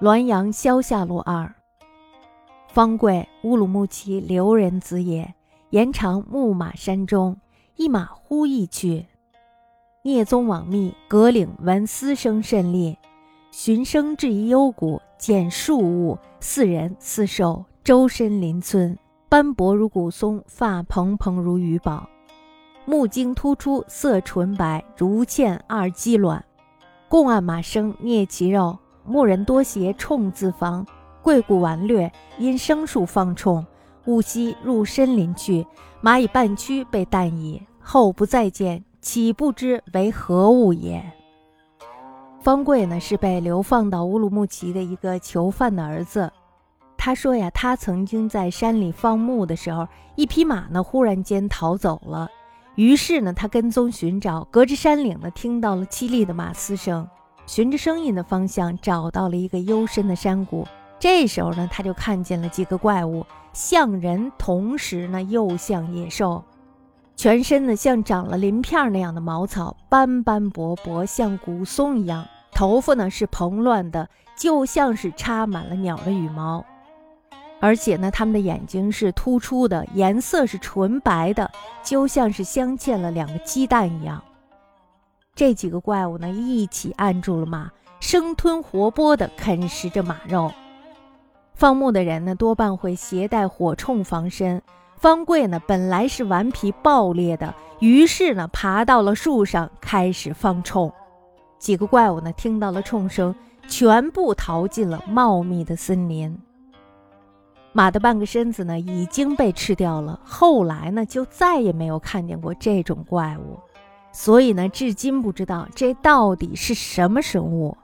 滦阳萧下路2。方贵，乌鲁木齐留人子也，延长牧马山中，一马忽易去。聂宗往密，葛岭闻嘶声甚烈，寻声至一幽谷，见数物，4人4兽，周身鳞村，斑驳如古松，发蓬蓬如鱼宝，目睛突出，色纯白，如嵌2鸡卵。共按马生，啮其肉。牧人多携铳自防，贵骨顽劣，因牲畜放铳，误悉入深林去，马已半驱被弹矣，后不再见，岂不知为何物也。方贵呢，是被流放到乌鲁木齐的一个囚犯的儿子。他说呀，他曾经在山里放牧的时候，一匹马呢忽然间逃走了，于是呢他跟踪寻找，隔着山岭呢听到了凄厉的马嘶声，循着声音的方向找到了一个幽深的山谷。这时候呢，他就看见了几个怪物，像人，同时呢又像野兽，全身呢像长了鳞片那样的毛草，斑斑驳驳，像古松一样，头发呢是蓬乱的，就像是插满了鸟的羽毛，而且呢它们的眼睛是突出的，颜色是纯白的，就像是镶嵌了2个鸡蛋一样。这几个怪物呢一起按住了马，生吞活剥地啃食着马肉。放牧的人呢多半会携带火铳防身，方贵呢本来是顽皮暴烈的，于是呢爬到了树上开始放铳。几个怪物呢听到了铳声，全部逃进了茂密的森林。马的半个身子呢已经被吃掉了，后来呢就再也没有看见过这种怪物，所以呢至今不知道这到底是什么生物。